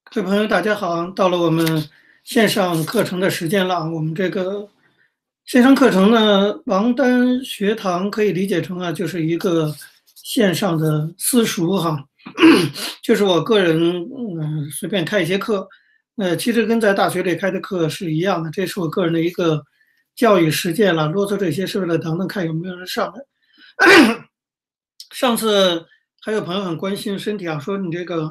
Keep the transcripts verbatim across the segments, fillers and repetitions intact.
各位朋友，大家好！到了我们线上课程的时间了。我们这个线上课程呢，王丹学堂可以理解成啊，就是一个线上的私塾哈，就是我个人嗯随便开一些课，呃，其实跟在大学里开的课是一样的。这是我个人的一个教育实践了，啰嗦这些是为了等等看有没有人上来。上次还有朋友很关心身体啊，说你这个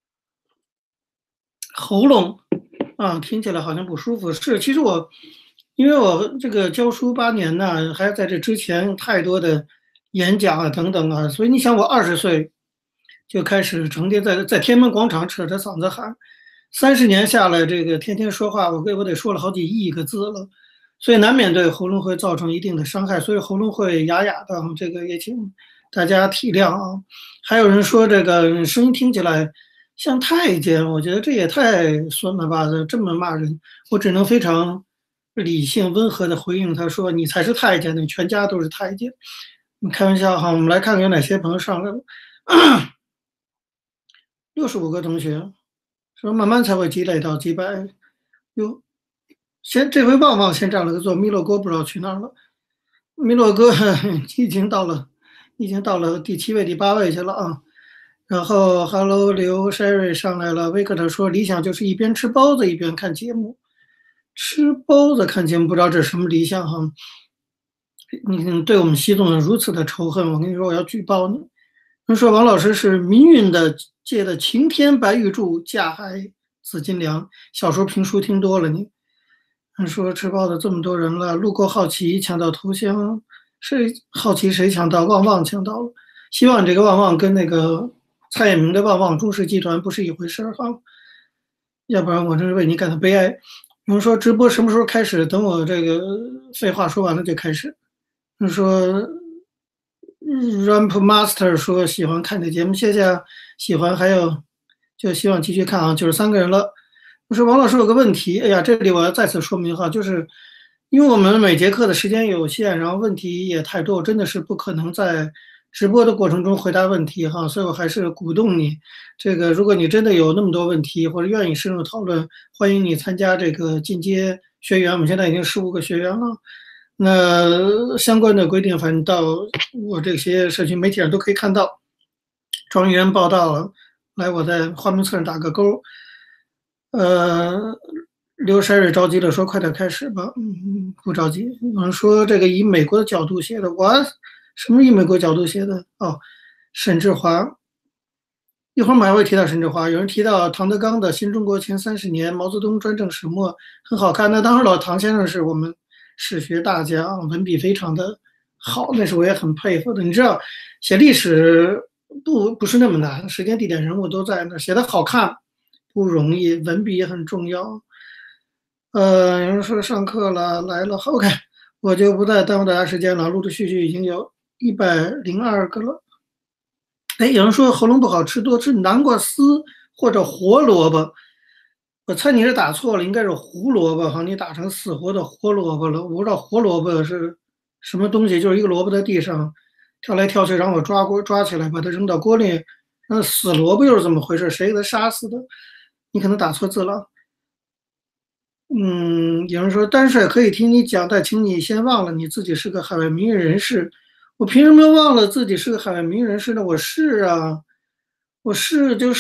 喉咙啊，听起来好像不舒服。是，其实我因为我这个教书八年呢，还在这之前太多的演讲啊等等啊，所以你想，我二十岁就开始成天在在天安门广场扯着嗓子喊，三十年下来，这个天天说话，我给我得说了好几亿个字了，所以难免对喉咙会造成一定的伤害，所以喉咙会哑哑的，这个也请大家体谅啊。还有人说这个声音听起来像太监，我觉得这也太损了吧，这么骂人，我只能非常理性温和的回应他说："你才是太监，你全家都是太监。"你开玩笑哈，我们来看看有哪些朋友上来了。六十五个同学，说慢慢才会积累到几百。哟，先这回旺旺先占了个座，米洛哥不知道去哪儿了。米洛哥已经到了，已经到了第七位、第八位去了啊。然后，Hello，刘 Sherry 上来了。维克特说，理想就是一边吃包子一边看节目。吃包子看节目，不知道这是什么理想哈？你对我们习总如此的仇恨，我跟你说，我要举报你。他说王老师是民运的界的晴天白玉柱，架海紫金梁。小时候评书听多了你。他说吃包子这么多人了，路过好奇抢到头香，谁好奇谁抢到？旺旺抢到了。希望这个旺旺跟那个蔡衍明的旺旺中石集团不是一回事儿哈，要不然我真是为你感到悲哀。有人说直播什么时候开始？等我这个废话说完了就开始。他说 Ramp Master 说喜欢看这节目，谢谢啊，喜欢，还有就希望继续看啊，就是三个人了。我说王老师有个问题，哎呀，这里我要再次说明哈，就是因为我们每节课的时间有限，然后问题也太多，我真的是不可能在直播的过程中回答问题哈，所以我还是鼓动你，这个如果你真的有那么多问题或者愿意深入讨论，欢迎你参加这个进阶学员，我们现在已经十五个学员了。那相关的规定，反正到我这些社群媒体上都可以看到。庄园报道了，来，我在花名册上打个勾。呃，刘山瑞着急了，说：“快点开始吧。”嗯，不着急。有人说这个以美国的角度写的，我什么以美国角度写的？哦，沈志华。一会儿马上会提到沈志华。有人提到唐德刚的《新中国前三十年：毛泽东专政始末》很好看。那当然，老唐先生是我们史学大家啊，文笔非常的好，那是我也很佩服的。你知道，写历史不不是那么难，时间、地点、人物都在那，写的好看不容易，文笔也很重要。呃，有人说上课了，来了，OK，我就不再耽误大家时间了，陆陆续续已经有一百零二个了。哎，有人说喉咙不好吃多吃南瓜丝或者活萝卜，我猜你是打错了，应该是胡萝卜哈，你打成死活的活萝卜了。我不知道活萝卜是什么东西，就是一个萝卜在地上跳来跳去，然后我抓锅抓起来，把它扔到锅里。那死萝卜又是怎么回事？谁给它杀死的？你可能打错字了。嗯，有人说淡水可以听你讲，但请你先忘了你自己是个海外名人人士。我凭什么忘了自己是个海外名人人士呢？我是啊，我是就是，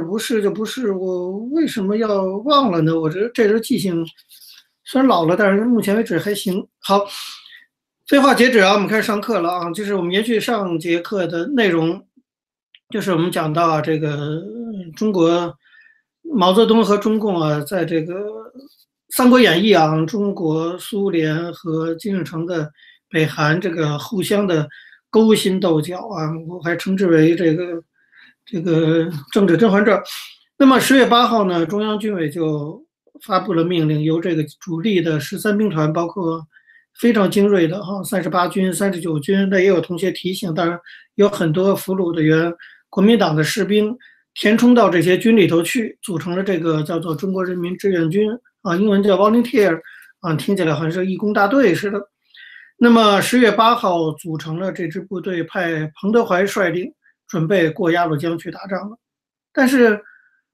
不是就不是，我为什么要忘了呢？我这这人记性虽然老了，但是目前为止还行。好，废话截止啊，我们开始上课了啊，就是我们延续上节课的内容，就是我们讲到啊，这个中国毛泽东和中共啊，在这个《三国演义》啊，中国、苏联和金日成的北韩这个互相的勾心斗角啊，我还称之为这个这个政治甄嬛传。那么十月八号呢，中央军委就发布了命令，由这个主力的十三兵团，包括非常精锐的哈三十八军、三十九军，那也有同学提醒，当然有很多俘虏的原国民党的士兵填充到这些军里头去，组成了这个叫做中国人民志愿军啊，英文叫 volunteer 啊，听起来好像是义工大队似的。那么十月八号组成了这支部队，派彭德怀率领，准备过鸭绿江去打仗了。但是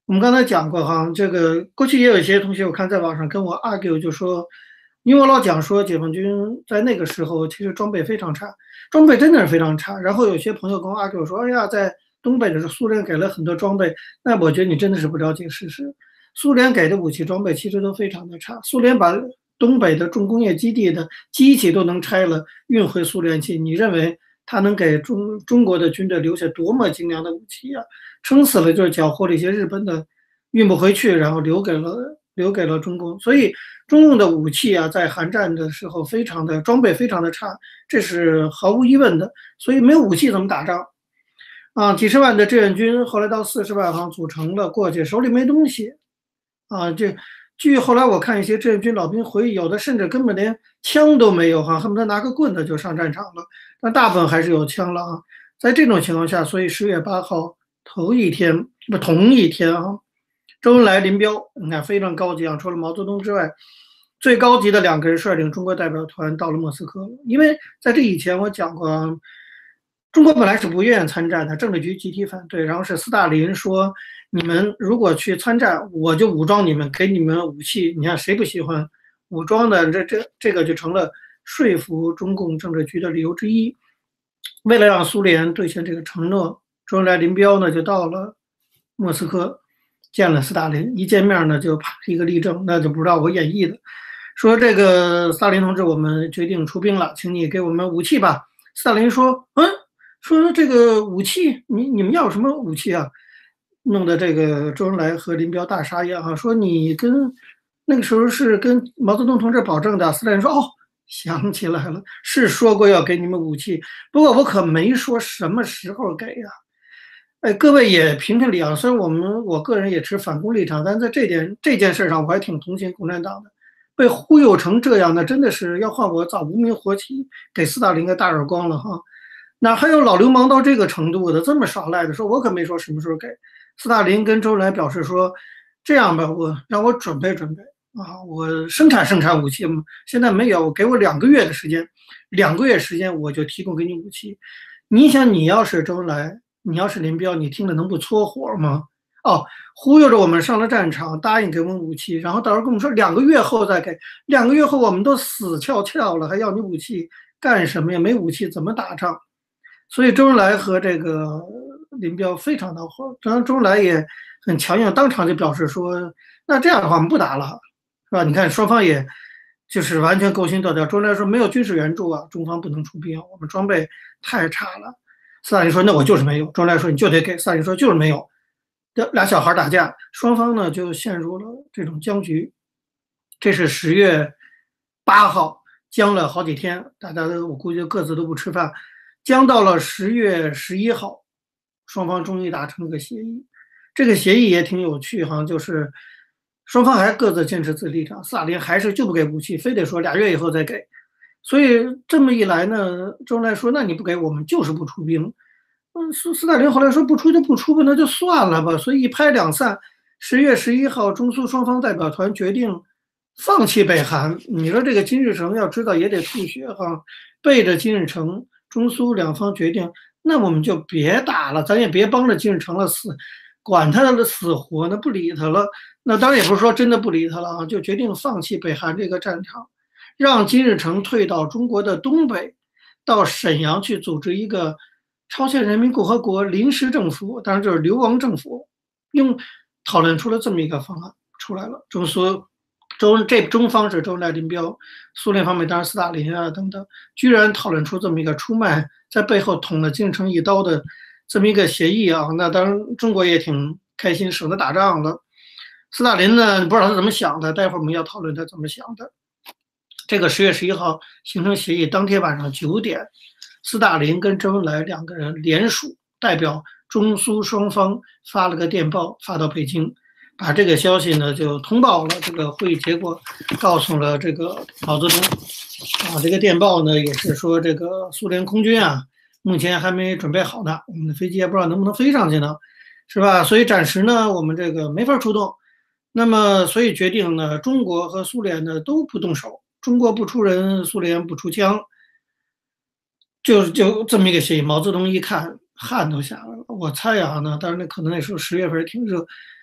我们刚才讲过哈，这个过去也有一些同学，我看在网上跟我 argue，就说，因为我老讲说解放军在那个时候其实装备非常差，装备真的是非常差。然后有些朋友跟我 argue 说，哎呀，在东北的时候苏联给了很多装备，那我觉得你真的是不了解事实。苏联给的武器装备其实都非常的差，苏联把东北的重工业基地的机器都能拆了运回苏联去，你认为他能给中中国的军队留下多么精良的武器呀？撑死了就是缴获了一些日本的运不回去，然后留给了留给了中共。所以中共的武器啊，在韩战的时候非常的装备非常的差，这是毫无疑问的。所以没有武器怎么打仗啊？几十万的志愿军后来到四十万哈组成了过去，手里没东西啊。这据后来我看一些志愿军老兵回忆，有的甚至根本连枪都没有哈，恨不得拿个棍子就上战场了。但大部分还是有枪了啊。在这种情况下，所以十月八号头一天不同一天啊，周恩来、林彪，你看非常高级啊，除了毛泽东之外，最高级的两个人率领中国代表团到了莫斯科。因为在这以前我讲过啊，中国本来是不愿意参战的，政治局集体反对，然后是斯大林说，你们如果去参战，我就武装你们，给你们武器。你看谁不喜欢武装的？这这这个就成了说服中共政治局的理由之一。为了让苏联兑现这个承诺，周恩来、林彪呢就到了莫斯科，见了斯大林。一见面呢，就啪一个立正，那就不知道我演绎的，说这个斯大林同志，我们决定出兵了，请你给我们武器吧。斯大林说，嗯，说这个武器，你你们要什么武器啊？弄得这个周恩来和林彪大傻眼啊，说你跟那个时候是跟毛泽东同志保证的。斯大林说，哦。想起来了，是说过要给你们武器，不过我可没说什么时候给呀。哎，各位也评评理啊。虽然我们我个人也持反攻立场，但在这点这件事上，我还挺同情共产党的。被忽悠成这样，那真的是要换我早无名火起，给斯大林个大耳光了哈。哪还有老流氓到这个程度的，这么耍赖的？说我可没说什么时候给。斯大林跟周恩来表示说，这样吧，我让我准备准备。啊，我生产生产武器嘛，现在没有，给我两个月的时间，两个月时间我就提供给你武器。你想，你要是周恩来，你要是林彪，你听了能不搓火吗？哦，忽悠着我们上了战场，答应给我们武器，然后到时候跟我们说两个月后再给，两个月后我们都死翘翘了，还要你武器干什么呀？没武器怎么打仗？所以周恩来和这个林彪非常恼火，当然周恩来也很强硬，当场就表示说，那这样的话我们不打了。是吧？你看双方也就是完全勾心斗角。周恩来说没有军事援助啊，中方不能出兵，我们装备太差了。斯大林说那我就是没有。周恩来说你就得给。斯大林说就是没有。俩小孩打架，双方呢就陷入了这种僵局。这是十月八号，僵了好几天，大家都我估计各自都不吃饭，僵到了十月十一号，双方终于达成了个协议。这个协议也挺有趣哈，就是。双方还各自坚持自己立场，斯大林还是就不给武器，非得说俩月以后再给。所以这么一来呢，周恩来说：“那你不给我们，就是不出兵。”嗯，斯斯大林后来说：“不出就不出吧，那就算了吧。”所以一拍两散。十月十一号，中苏双方代表团决定放弃北韩。你说这个金日成要知道也得吐血哈，背着金日成，中苏两方决定，那我们就别打了，咱也别帮着金日成了，死管他的死活，那不理他了。那当然也不是说真的不理他了啊，就决定放弃北韩这个战场，让金日成退到中国的东北，到沈阳去组织一个朝鲜人民共和国临时政府，当然就是流亡政府，用讨论出了这么一个方案出来了。中苏中这中方是周恩来、林彪，苏联方面当然斯大林啊等等，居然讨论出这么一个出卖，在背后捅了金日成一刀的这么一个协议啊。那当然中国也挺开心，省得打仗了。斯大林呢，不知道他怎么想的，待会儿我们要讨论他怎么想的。这个十月十一号形成协议，当天晚上九点，斯大林跟周恩来两个人联署，代表中苏双方发了个电报发到北京，把这个消息呢就通报了这个会议结果，告诉了这个毛泽东。啊，这个电报呢也是说这个苏联空军啊，目前还没准备好呢，我们的飞机也不知道能不能飞上去呢，是吧？所以暂时呢我们这个没法出动。那么，所以决定呢，中国和苏联呢都不动手，中国不出人，苏联不出枪，就就这么一个协议。毛泽东一看，汗都下来了。我猜啊，那当然，那可能那时候十月份挺热，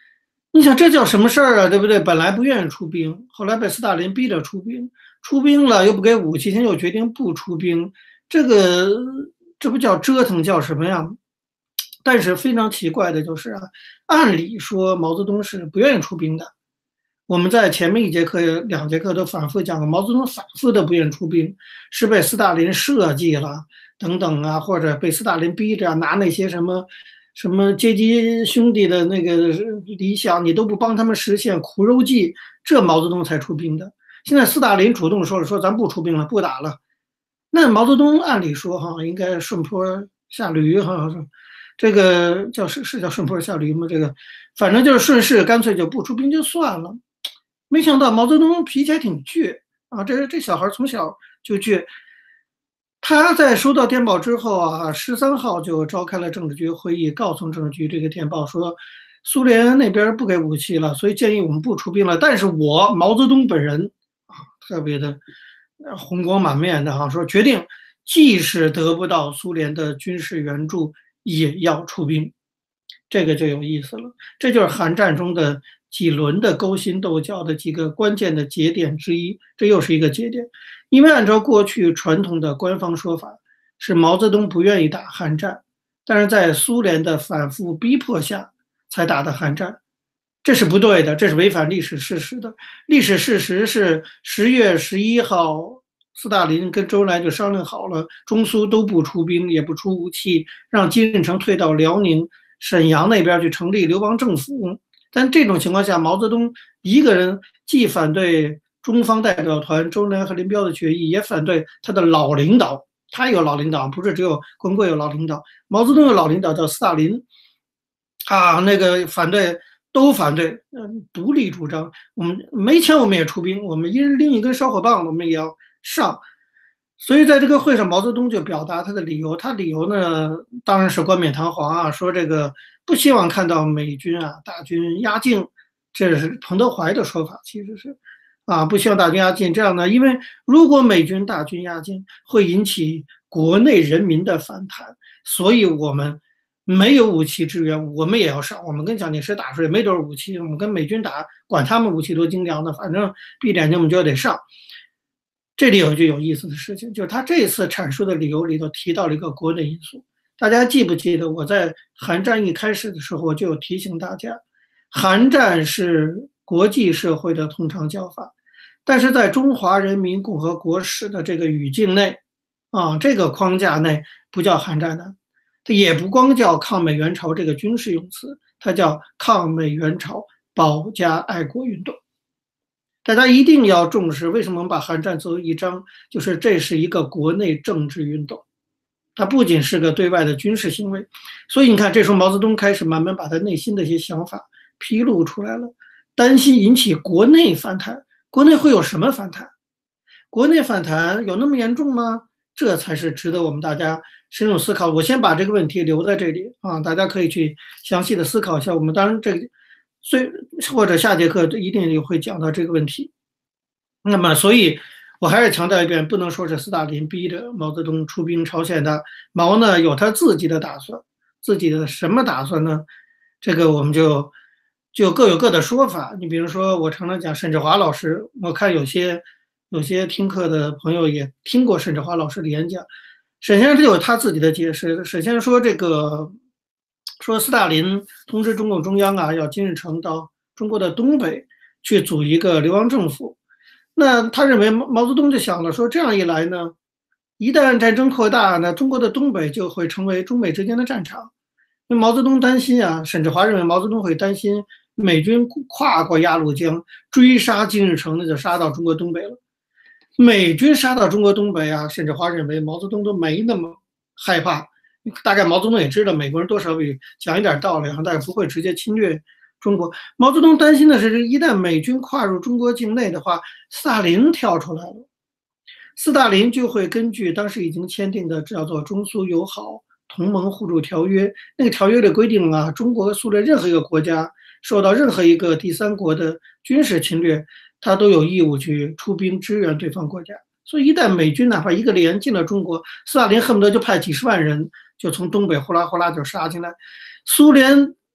你想这叫什么事儿啊？对不对？本来不愿意出兵，后来被斯大林逼着出兵，出兵了又不给武器，现在又决定不出兵，这个这不叫折腾，叫什么呀？但是非常奇怪的就是啊，按理说毛泽东是不愿意出兵的。我们在前面一节课、两节课都反复讲了，毛泽东反复的不愿出兵，是被斯大林设计了等等啊，或者被斯大林逼着拿那些什么什么阶级兄弟的那个理想，你都不帮他们实现，苦肉计，这毛泽东才出兵的。现在斯大林主动说了，说咱不出兵了，不打了。那毛泽东按理说哈，应该顺坡下驴哈，这个叫是是叫顺坡下驴吗？这个反正就是顺势，干脆就不出兵就算了。没想到毛泽东脾气还挺倔啊，这这小孩从小就倔。他在收到电报之后啊，十三号就召开了政治局会议，告诉政治局这个电报说，苏联那边不给武器了，所以建议我们不出兵了。但是我毛泽东本人啊，特别的红光满面的哈，说决定即使得不到苏联的军事援助，也要出兵。这个就有意思了，这就是韩战中的几轮的勾心斗角的几个关键的节点之一，这又是一个节点。因为按照过去传统的官方说法，是毛泽东不愿意打韩战，但是在苏联的反复逼迫下才打的韩战，这是不对的，这是违反历史事实的。历史事实是十月十一号，斯大林跟周恩来就商量好了，中苏都不出兵，也不出武器，让金日成退到辽宁沈阳那边去成立流亡政府。但这种情况下，毛泽东一个人既反对中方代表团周恩来和林彪的决议，也反对他的老领导。他有老领导，不是只有滚贵有老领导。毛泽东有老领导叫斯大林，啊，那个反对都反对，嗯，独立主张。我们没钱，我们也出兵，我们一人拎一根烧火棒，我们也要上。所以在这个会上，毛泽东就表达他的理由。他理由呢，当然是冠冕堂皇啊，说这个不希望看到美军啊大军压境，这是彭德怀的说法，其实是啊，不希望大军压境。这样呢，因为如果美军大军压境，会引起国内人民的反弹，所以我们没有武器支援，我们也要上。我们跟蒋介石打出来没多少武器，我们跟美军打，管他们武器多精良的，反正闭着眼睛我们就得上。这里有一句有意思的事情，就是他这次阐述的理由里头提到了一个国内因素。大家记不记得我在韩战一开始的时候，我就有提醒大家，韩战是国际社会的通常叫法，但是在中华人民共和国史的这个语境内，啊，这个框架内不叫韩战的，它也不光叫抗美援朝这个军事用词，它叫抗美援朝保家爱国运动。大家一定要重视，为什么我们把韩战作为一章？就是这是一个国内政治运动，它不仅是个对外的军事行为。所以你看，这时候毛泽东开始慢慢把他内心的一些想法披露出来了，担心引起国内反弹。国内会有什么反弹？国内反弹有那么严重吗？这才是值得我们大家深入思考。我先把这个问题留在这里啊，大家可以去详细的思考一下。我们当然这个。所以或者下节课一定也会讲到这个问题。那么，所以我还是强调一遍，不能说是斯大林逼着毛泽东出兵朝鲜的，毛呢有他自己的打算，自己的什么打算呢？这个我们就就各有各的说法。你比如说，我常常讲沈志华老师，我看有些有些听课的朋友也听过沈志华老师的演讲，沈先生就有他自己的解释。沈先生说这个。说斯大林通知中共中央啊，要金日成到中国的东北去组一个流亡政府。那他认为毛泽东就想了，说这样一来呢，一旦战争扩大，那中国的东北就会成为中美之间的战场。那毛泽东担心啊，沈志华认为毛泽东会担心美军跨过鸭绿江追杀金日成，那就杀到中国东北了。美军杀到中国东北啊，沈志华认为毛泽东都没那么害怕。大概毛泽东也知道美国人多少会讲一点道理，大概不会直接侵略中国。毛泽东担心的是，一旦美军跨入中国境内的话，斯大林跳出来了，斯大林就会根据当时已经签订的叫做中苏友好同盟互助条约，那个条约里规定啊，中国和苏联任何一个国家受到任何一个第三国的军事侵略，他都有义务去出兵支援对方国家。所以一旦美军哪怕一个连进了中国，斯大林恨不得就派几十万人就从东北呼啦呼啦就杀进来。苏联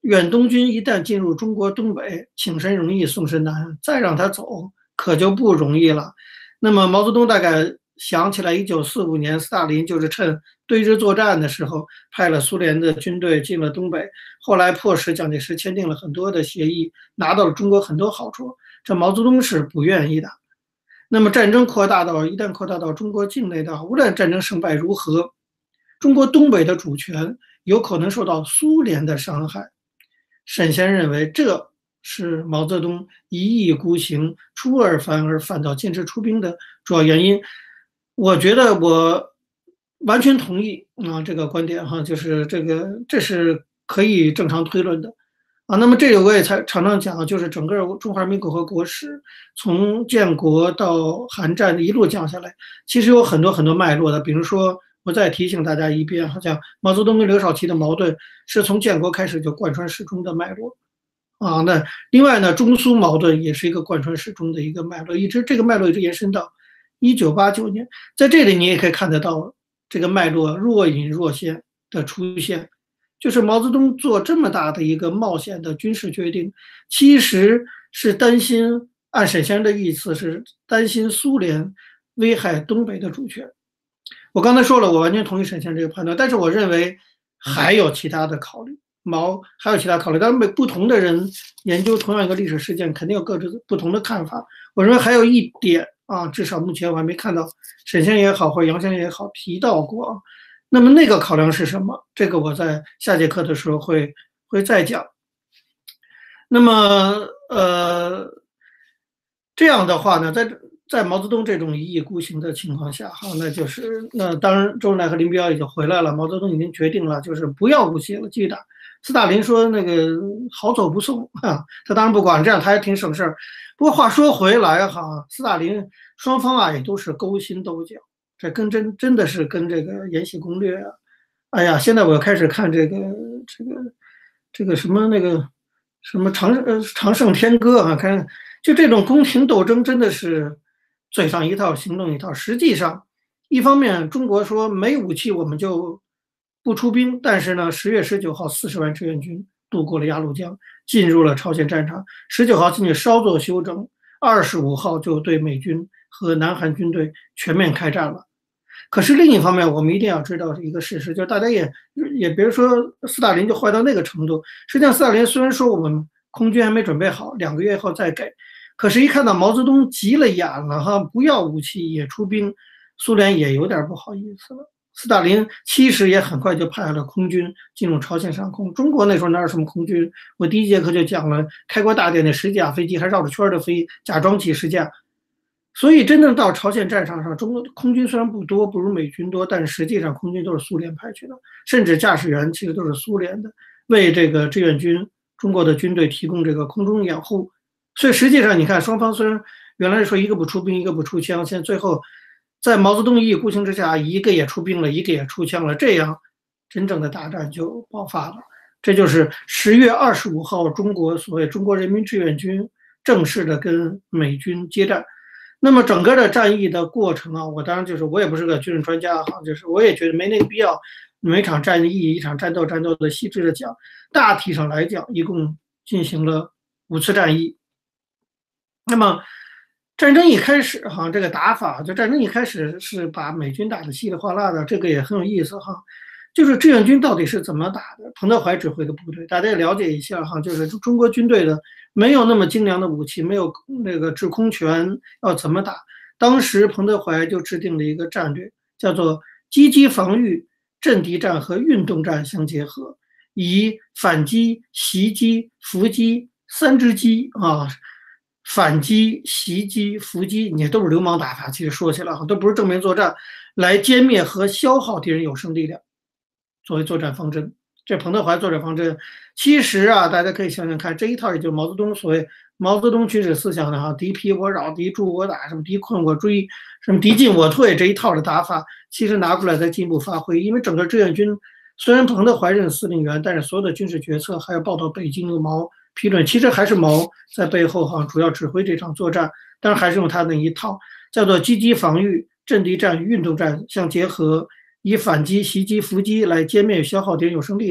远东军一旦进入中国东北，请神容易送神难，再让他走可就不容易了。那么毛泽东大概想起来，一九四五年斯大林就是趁对日作战的时候，派了苏联的军队进了东北，后来迫使蒋介石签订了很多的协议，拿到了中国很多好处，这毛泽东是不愿意的。那么战争扩大到一旦扩大到中国境内的，无论战争胜败如何，中国东北的主权有可能受到苏联的伤害。沈先认为这是毛泽东一意孤行、出尔反尔，反倒坚持出兵的主要原因。我觉得我完全同意啊这个观点哈，就是这个这是可以正常推论的啊。那么这个我也才常常讲，就是整个中华人民共和国史从建国到韩战一路讲下来，其实有很多很多脉络的。比如说，我再提醒大家一遍，好像毛泽东跟刘少奇的矛盾是从建国开始就贯穿始终的脉络啊。那另外呢，中苏矛盾也是一个贯穿始终的一个脉络，一直这个脉络一直延伸到一九八九年，在这里你也可以看得到这个脉络若隐若现的出现，就是毛泽东做这么大的一个冒险的军事决定，其实是担心，按沈先生的意思是担心苏联危害东北的主权。我刚才说了，我完全同意沈先生这个判断，但是我认为还有其他的考虑，毛还有其他考虑，当然每不同的人研究同样一个历史事件，肯定有各自不同的看法。我认为还有一点。啊，至少目前我还没看到沈先生也好，或者杨先生也好提到过。那么那个考量是什么？这个我在下节课的时候会会再讲。那么呃，这样的话呢，在在毛泽东这种一意孤行的情况下，哈，那就是那当然周恩来和林彪已经回来了，毛泽东已经决定了，就是不要武器了，继续打。斯大林说那个好走不送啊，他当然不管，这样他还挺省事儿。不过话说回来哈，斯大林双方啊也都是勾心斗角，这跟真真的是跟这个《延禧攻略》啊，哎呀，现在我开始看这个这个这个什么那个什么长呃长胜天歌啊，看就这种宫廷斗争真的是嘴上一套行动一套。实际上，一方面中国说没武器我们就不出兵，但是呢，十月十九号四十万志愿军渡过了鸭绿江，进入了朝鲜战场。十九号进去稍作休整，二十五号就对美军和南韩军队全面开战了。可是另一方面，我们一定要知道一个事实，就是大家也也别说斯大林就坏到那个程度。实际上，斯大林虽然说我们空军还没准备好，两个月后再给，可是，一看到毛泽东急了眼了哈，不要武器也出兵，苏联也有点不好意思了。斯大林其实也很快就派了空军进入朝鲜上空。中国那时候哪有什么空军？我第一节课就讲了，开国大典那十架飞机还绕着圈的飞，假装几十架。所以真正到朝鲜战场上，中国空军虽然不多，不如美军多，但是实际上空军都是苏联派去的，甚至驾驶员其实都是苏联的，为这个志愿军中国的军队提供这个空中掩护。所以实际上你看，双方虽然原来说一个不出兵，一个不出枪，现在最后在毛泽东一意孤行之下，一个也出兵了，一个也出枪了，这样真正的大战就爆发了。这就是十月二十五号，中国所谓中国人民志愿军正式的跟美军接战。那么整个的战役的过程啊，我当然就是我也不是个军事专家哈，就是我也觉得没那个必要每场战役一场战斗战斗的细致的讲。大体上来讲，一共进行了五次战役。那么战争一开始哈，这个打法就战争一开始是把美军打得稀里哗啦的，这个也很有意思哈。就是志愿军到底是怎么打的？彭德怀指挥的部队，大家也了解一下哈。就是中国军队的没有那么精良的武器，没有那个制空权，要怎么打？当时彭德怀就制定了一个战略，叫做积极防御、阵地战和运动战相结合，以反击、袭击、伏击三支击啊。反击、袭击、伏击，你都是流氓打法。其实说起来哈，都不是正面作战，来歼灭和消耗敌人有生力量，作为作战方针。这彭德怀作战方针，其实啊，大家可以想想看，这一套也就是毛泽东所谓毛泽东军事思想的哈，敌疲我扰，敌驻我打，什么敌困我追，什么敌进我退这一套的打法，其实拿过来再进一步发挥。因为整个志愿军虽然彭德怀任司令员，但是所有的军事决策还要报到北京的毛批准，其实还是毛在背后哈主要指挥这场作战，当然还是用他那一套叫做积极防御、阵地战与运动战相结合，以反击、袭击、伏击来歼灭消耗敌人有生力量。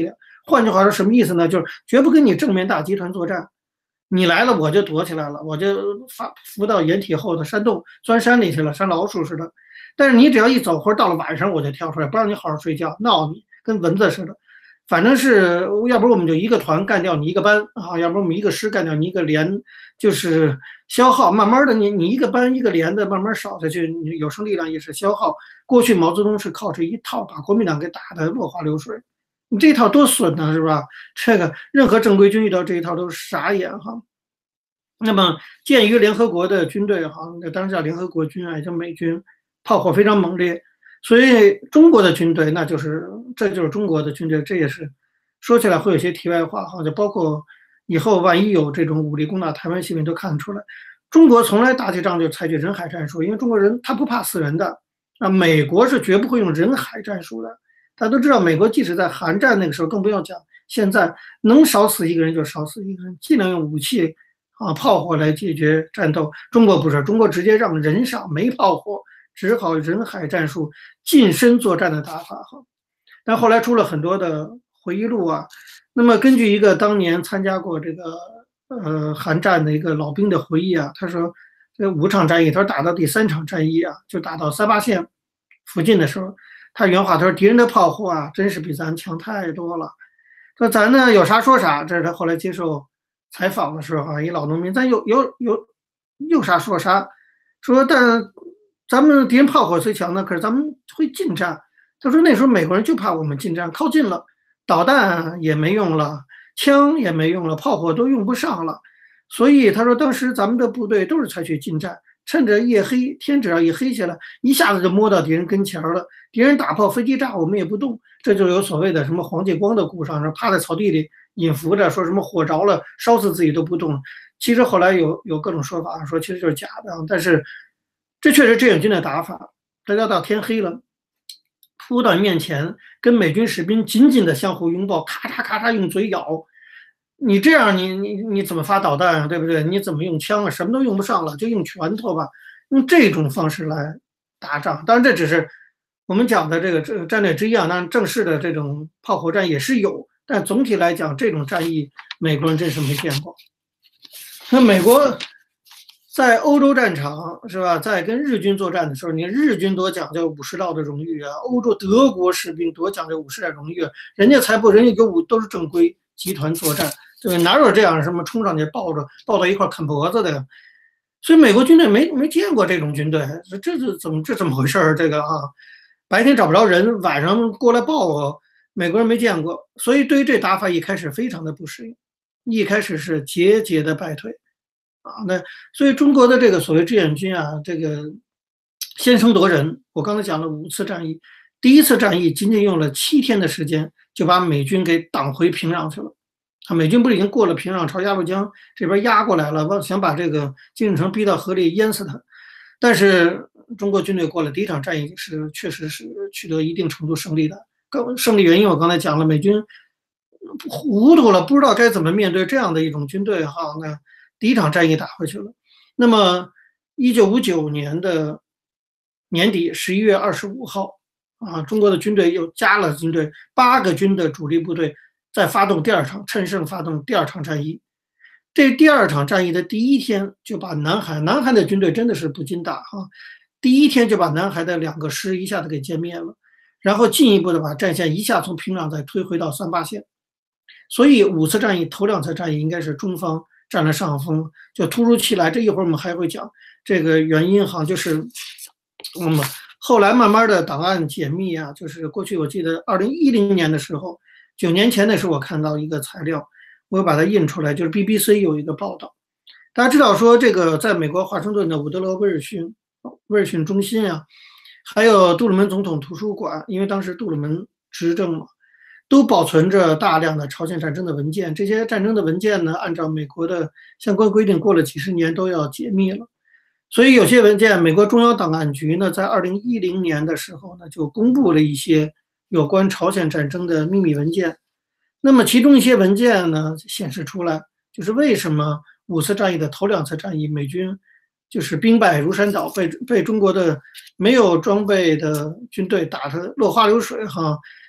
换句话说，什么意思呢？就是绝不跟你正面大集团作战，你来了我就躲起来了，我就发伏到掩体后的山洞，钻山里去了，像老鼠似的。但是你只要一走活，到了晚上我就跳出来，不让你好好睡觉，闹你，跟蚊子似的。反正是，要不我们就一个团干掉你一个班啊，要不我们一个师干掉你一个连，就是消耗。慢慢的你，你你一个班一个连的慢慢少下去，你有生力量也是消耗。过去毛泽东是靠这一套把国民党给打得落花流水，你这一套多损呢，是吧？这个任何正规军遇到这一套都是傻眼哈。那么鉴于联合国的军队哈，那当时叫联合国军啊，也叫美军，炮火非常猛烈。所以中国的军队，那就是这就是中国的军队，这也是说起来会有些题外话哈，就包括以后万一有这种武力攻打台湾新闻都看得出来，中国从来打起仗就采取人海战术，因为中国人他不怕死人的啊，美国是绝不会用人海战术的，大家都知道，美国即使在韩战那个时候，更不要讲现在能少死一个人就少死一个人，尽量用武器啊炮火来解决战斗。中国不是，中国直接让人上，没炮火。只好人海战术近身作战的打法哈，但后来出了很多的回忆录啊。那么根据一个当年参加过这个呃韩战的一个老兵的回忆啊，他说这五场战役，他说打到第三场战役啊，就打到三八线附近的时候，他原话他说敌人的炮火啊，真是比咱强太多了。说咱呢有啥说啥，这是他后来接受采访的时候啊，一老农民，咱有有有有啥说啥，说但。咱们敌人炮火虽强呢，可是咱们会近战。他说那时候美国人就怕我们近战，靠近了，导弹也没用了，枪也没用了，炮火都用不上了。所以他说当时咱们的部队都是采取近战，趁着夜黑，天只要一黑下来，一下子就摸到敌人跟前了。敌人打炮、飞机炸，我们也不动。这就有所谓的什么黄继光的故事，说趴在草地里隐伏着，说什么火着了，烧死自己都不动。其实后来有有各种说法，说其实就是假的，但是。这确实志愿军的打法，大家到天黑了，扑到面前，跟美军士兵紧紧的相互拥抱，咔嚓咔嚓用嘴咬。你这样你，你你你怎么发导弹啊？对不对？你怎么用枪啊？什么都用不上了，就用拳头吧，用这种方式来打仗。当然，这只是我们讲的这个这战略之一啊。当然，正式的这种炮火战也是有，但总体来讲，这种战役美国人真是没见过。那美国。在欧洲战场是吧，在跟日军作战的时候，你日军多讲究武士道的荣誉啊，欧洲德国士兵多讲究武士道荣誉，人家才不，人家有武都是正规集团作战，对吧？哪有这样什么冲上去抱着抱到一块啃脖子的？所以美国军队没没见过这种军队，这是怎么这怎么回事？这个啊，白天找不着人，晚上过来抱我，美国人没见过，所以对于这打法一开始非常的不适应，一开始是节节的败退。啊，那所以中国的这个所谓志愿军啊，这个先声夺人。我刚才讲了五次战役，第一次战役仅仅用了七天的时间就把美军给挡回平壤去了。啊，美军不是已经过了平壤，朝鸭绿江这边压过来了，想把这个金日成逼到河里淹死他。但是中国军队过了第一场战役是确实是取得一定程度胜利的。刚胜利原因我刚才讲了，美军糊涂了，不知道该怎么面对这样的一种军队哈。那第一场战役打回去了。那么，一九五九年的年底十一月二十五号，啊，中国的军队又加了军队，八个军的主力部队再发动第二场，趁胜发动第二场战役。这第二场战役的第一天就把南海，南海的军队真的是不禁打哈，第一天就把南海的两个师一下子给歼灭了，然后进一步的把战线一下从平壤再推回到三八线。所以五次战役头两次战役应该是中方占了上风，就突如其来。这一会儿我们还会讲这个原因哈，就是我们后来慢慢的档案解密啊，就是过去我记得二零一零年的时候，九年前的时候我看到一个材料，我把它印出来，就是 B B C 有一个报道，大家知道说这个在美国华盛顿的伍德罗威尔逊威尔逊中心啊，还有杜鲁门总统图书馆，因为当时杜鲁门执政嘛。都保存着大量的朝鲜战争的文件，这些战争的文件呢，按照美国的相关规定，过了几十年都要解密了。所以有些文件，美国中央档案局呢，在二零一零年的时候呢，就公布了一些有关朝鲜战争的秘密文件。那么其中一些文件呢，显示出来，就是为什么五次战役的头两次战役，美军就是兵败如山倒，被被中国的没有装备的军队打得落花流水哈。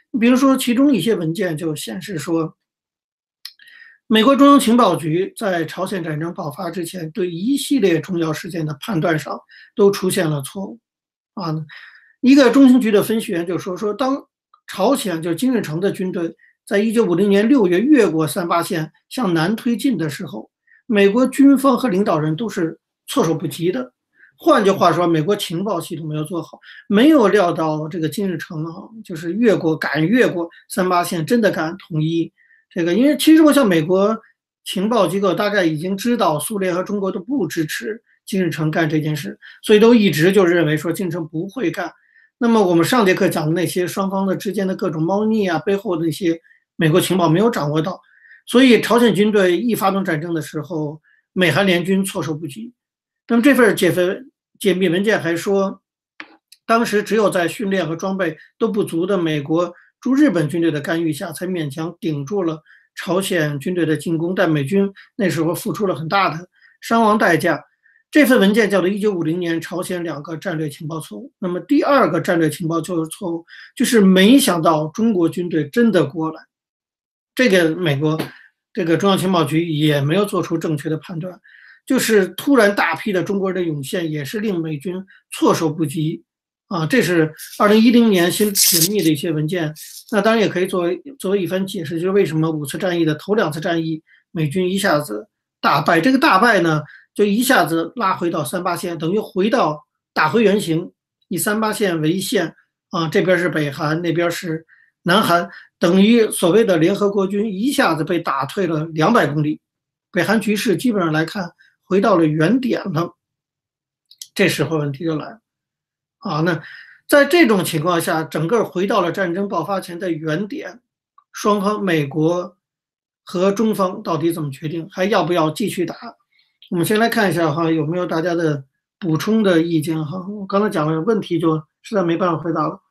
比如说，其中一些文件就显示说，美国中央情报局在朝鲜战争爆发之前，对一系列重要事件的判断上都出现了错误。啊，一个中情局的分析员就说说，当朝鲜就金日成的军队在一九五零年六月越过三八线向南推进的时候，美国军方和领导人都是措手不及的。换句话说，美国情报系统没有做好，没有料到这个金日成啊，就是越过敢越过三八线，真的敢统一这个。因为其实我想，美国情报机构大概已经知道苏联和中国都不支持金日成干这件事，所以都一直就认为说金日成不会干。那么我们上节课讲的那些双方的之间的各种猫腻啊，背后的一些美国情报没有掌握到，所以朝鲜军队一发动战争的时候，美韩联军措手不及。那么这份解分解密文件还说，当时只有在训练和装备都不足的美国驻日本军队的干预下，才勉强顶住了朝鲜军队的进攻，但美军那时候付出了很大的伤亡代价。这份文件叫做一九五零年朝鲜两个战略情报错误。那么第二个战略情报就是错误，就是没想到中国军队真的过来。这个美国这个中央情报局也没有做出正确的判断，就是突然大批的中国人的涌现，也是令美军措手不及啊。这是二零一零年新解密的一些文件。那当然也可以作为作为一番解释，就是为什么五次战役的头两次战役美军一下子大败。这个大败呢，就一下子拉回到三八线，等于回到打回原形，以三八线为线啊，这边是北韩，那边是南韩，等于所谓的联合国军一下子被打退了两百公里，北韩局势基本上来看回到了原点了。这时候问题就来了啊，那在这种情况下，整个回到了战争爆发前的原点，双方美国和中方到底怎么决定，还要不要继续打？我们先来看一下哈，有没有大家的补充的意见哈？我刚才讲了问题，就实在没办法回答了。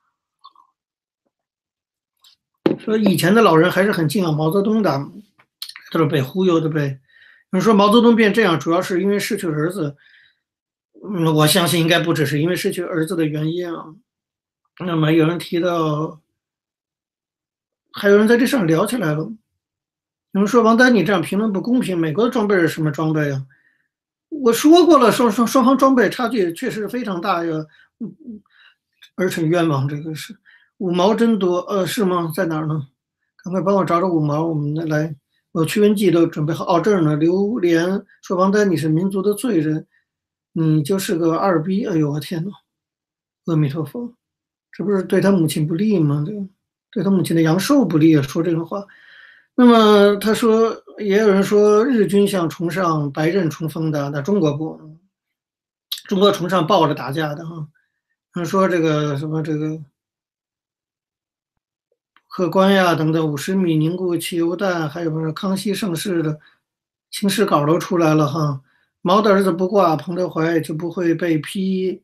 说以前的老人还是很敬仰毛泽东的，都是被忽悠的呗。有人说毛泽东变这样，主要是因为失去儿子。嗯，我相信应该不只是因为失去儿子的原因啊。那么有人提到，还有人在这上聊起来了。有人说王丹，你这样评论不公平。美国的装备是什么装备啊？我说过了，双双双方装备差距确实非常大呀。嗯嗯，儿臣冤枉，这个是五毛真多，呃，是吗？在哪儿呢？赶快帮我找找五毛，我们来。我驱蚊剂都准备好。哦，这儿呢。榴莲说王丹，你是民族的罪人，你就是个二逼。哎呦，我天哪！阿弥陀佛，这不是对他母亲不利吗？对，对他母亲的阳寿不利啊！说这种话。那么他说，也有人说日军像崇尚白刃冲锋的，那中国不，中国崇尚抱着打架的哈。他说这个什么这个客观呀等等，五十米凝固汽油弹，还有什么康熙盛世的情史稿都出来了哈。毛的儿子不挂，彭德怀就不会被批。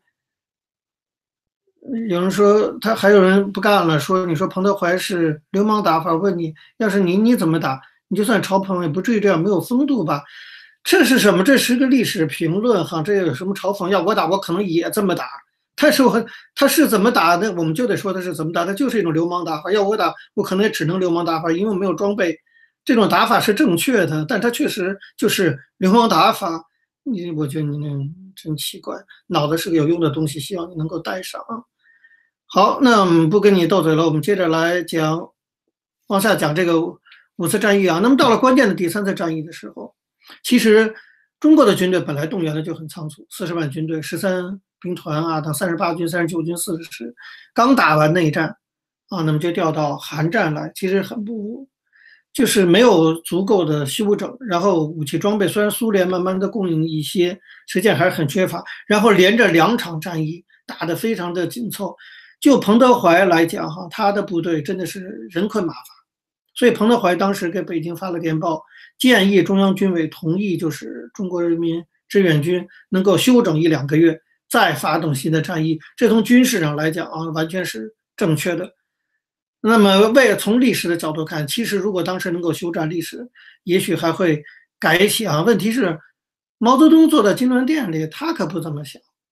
有人说他，还有人不干了，说你说彭德怀是流氓打法，问你要是你你怎么打？你就算朝朋也不至于这样没有风度吧？这是什么？这是个历史评论哈，这有什么嘲讽？要我打，我可能也这么打。他是我他是怎么打的，我们就得说他是怎么打，他就是一种流氓打法。要我打，我可能也只能流氓打法，因为我没有装备。这种打法是正确的，但他确实就是流氓打法。你我觉得你那真奇怪，脑子是个有用的东西，希望你能够带上啊。好，那我们不跟你斗嘴了，我们接着来讲，往下讲这个五次战役啊。那么到了关键的第三次战役的时候，其实中国的军队本来动员的就很仓促，四十万军队，十三兵团啊，等三十八军、三十九军、四十师，刚打完内战啊，那么就调到韩战来，其实很不，就是没有足够的休整，然后武器装备虽然苏联慢慢的供应一些，实际上还是很缺乏，然后连着两场战役打得非常的紧凑。就彭德怀来讲，哈，他的部队真的是人困马乏，所以彭德怀当时给北京发了电报，建议中央军委同意，就是中国人民志愿军能够休整一两个月，再发动新的战役。这从军事上来讲啊，完全是正确的。那么，为从历史的角度看，其实如果当时能够休战，历史也许还会改写啊。问题是，毛泽东坐在金銮殿里，他可不这么想。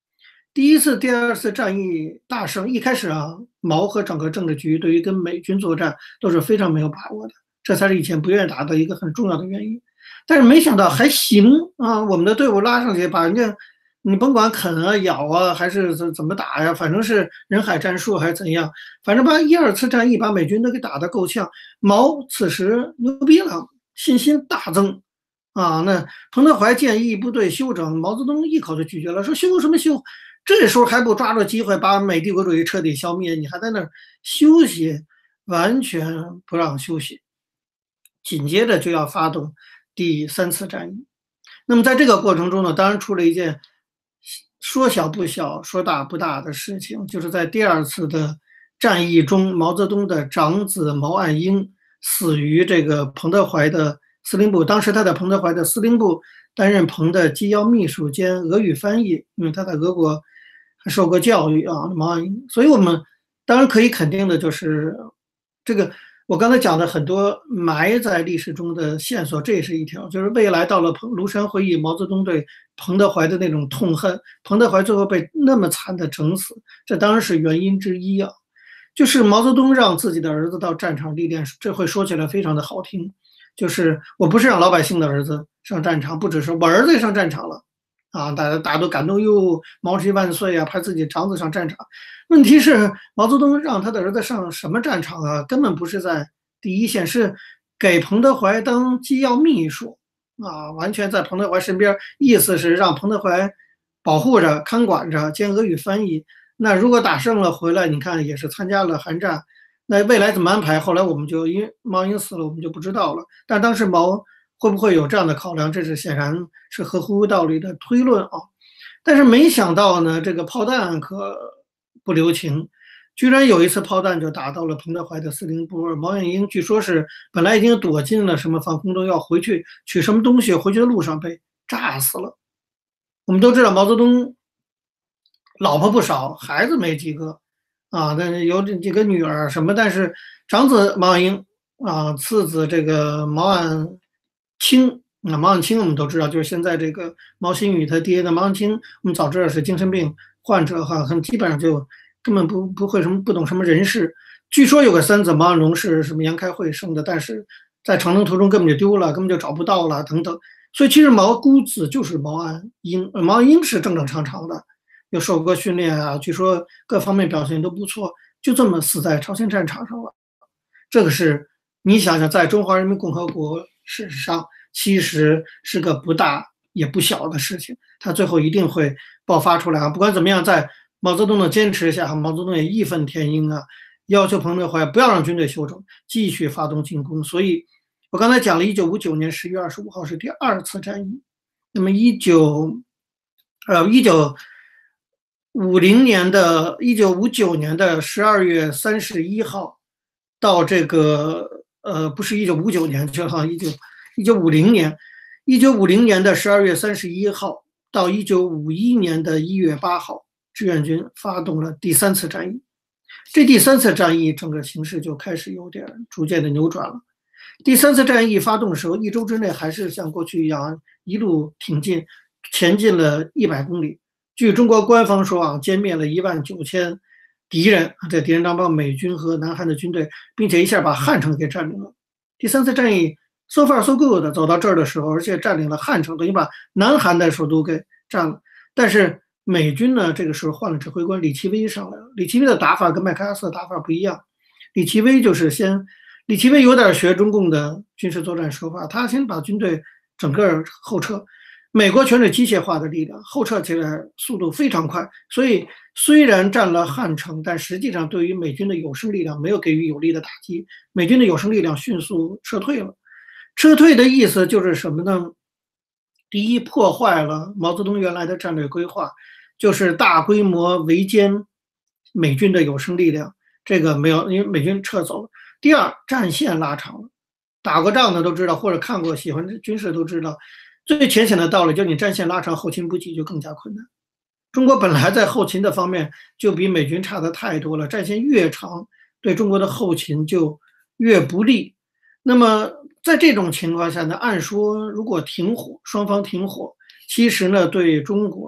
第一次、第二次战役大胜，一开始啊，毛和整个政治局对于跟美军作战都是非常没有把握的，这才是以前不愿意打的一个很重要的原因。但是没想到还行啊，我们的队伍拉上去，把人家你甭管啃啊、咬啊，还是怎怎么打呀，反正是人海战术还是怎样，反正把一二次战役把美军都给打得够呛。毛此时牛逼了，信心大增。啊，那彭德怀建议部队休整，毛泽东一口就拒绝了，说休什么休？这时候还不抓住机会把美帝国主义彻底消灭？你还在那儿休息？完全不让休息。紧接着就要发动第三次战役。那么在这个过程中呢，当然出了一件说小不小、说大不大的事情，就是在第二次的战役中，毛泽东的长子毛岸英死于这个彭德怀的司令部。当时他在彭德怀的司令部担任彭的机要秘书兼俄语翻译，因为他在俄国还受过教育啊，毛岸英。所以我们当然可以肯定的就是这个。我刚才讲的很多埋在历史中的线索，这也是一条，就是未来到了彭庐山会议，毛泽东对彭德怀的那种痛恨，彭德怀最后被那么惨的整死，这当然是原因之一啊。就是毛泽东让自己的儿子到战场历练，这会说起来非常的好听，就是我不是让老百姓的儿子上战场，不只是我儿子也上战场了。啊，大家大家都感动哟，毛主席万岁啊！派自己长子上战场。问题是毛泽东让他的儿子上什么战场啊？根本不是在第一线，是给彭德怀当机要秘书啊，完全在彭德怀身边，意思是让彭德怀保护着、看管着，兼俄语翻译。那如果打胜了回来，你看也是参加了韩战，那未来怎么安排？后来我们就因为毛英死了，我们就不知道了。但当时毛会不会有这样的考量？这是显然是合乎道理的推论啊。但是没想到呢，这个炮弹可不留情，居然有一次炮弹就打到了彭德怀的司令部。毛岸英据说是本来已经躲进了什么防空洞，要回去取什么东西，回去的路上被炸死了。我们都知道毛泽东老婆不少，孩子没几个啊，但是有几个女儿什么，但是长子毛岸英啊，次子这个毛岸青，那毛岸青我们都知道，就是现在这个毛新宇他爹的毛岸青，我们早知道是精神病患者哈，很基本上就根本不不会什么不懂什么人事。据说有个三子毛岸龙是什么杨开慧生的，但是在长征途中根本就丢了，根本就找不到了等等。所以其实毛姑子就是毛岸英，毛岸英是正正常常的，又受过训练啊，据说各方面表现都不错，就这么死在朝鲜战场上了。这个是你想想，在中华人民共和国史上，其实是个不大也不小的事情，他最后一定会爆发出来啊！不管怎么样，在毛泽东的坚持下，毛泽东也义愤填膺啊，要求彭德怀不要让军队休整，继续发动进攻。所以，我刚才讲了，一九五九年十月二十五号是第二次战役，那么一九呃一九五零年的一九五九年的十二月三十一号。到这个呃，不是一九五九年，就好像一九一九五零年，一九五零年的十二月三十一号到一九五一年的一月八号，志愿军发动了第三次战役。这第三次战役整个形势就开始有点逐渐的扭转了。第三次战役发动的时候，一周之内还是像过去一样一路挺进，前进了一百公里。据中国官方说啊，歼灭了一万九千。敌人，这敌人当包括美军和南韩的军队，并且一下把汉城给占领了。第三次战役 so far so good 走到这儿的时候，而且占领了汉城，等于把南韩的首都给占了。但是美军呢，这个时候换了指挥官，李奇微上来了。李奇微的打法跟麦克阿瑟的打法不一样，李奇微就是先，李奇微有点学中共的军事作战手法，他先把军队整个后撤。美国全是机械化的力量，后撤起来速度非常快，所以虽然占了汉城，但实际上对于美军的有生力量没有给予有力的打击，美军的有生力量迅速撤退了。撤退的意思就是什么呢？第一，破坏了毛泽东原来的战略规划，就是大规模围歼美军的有生力量，这个没有，因为美军撤走了。第二，战线拉长了，打过仗的都知道，或者看过喜欢军事都知道。最浅显的道理，就你战线拉长，后勤补给就更加困难。中国本来在后勤的方面就比美军差的太多了，战线越长，对中国的后勤就越不利。那么在这种情况下呢，按说如果停火，双方停火，其实呢对中国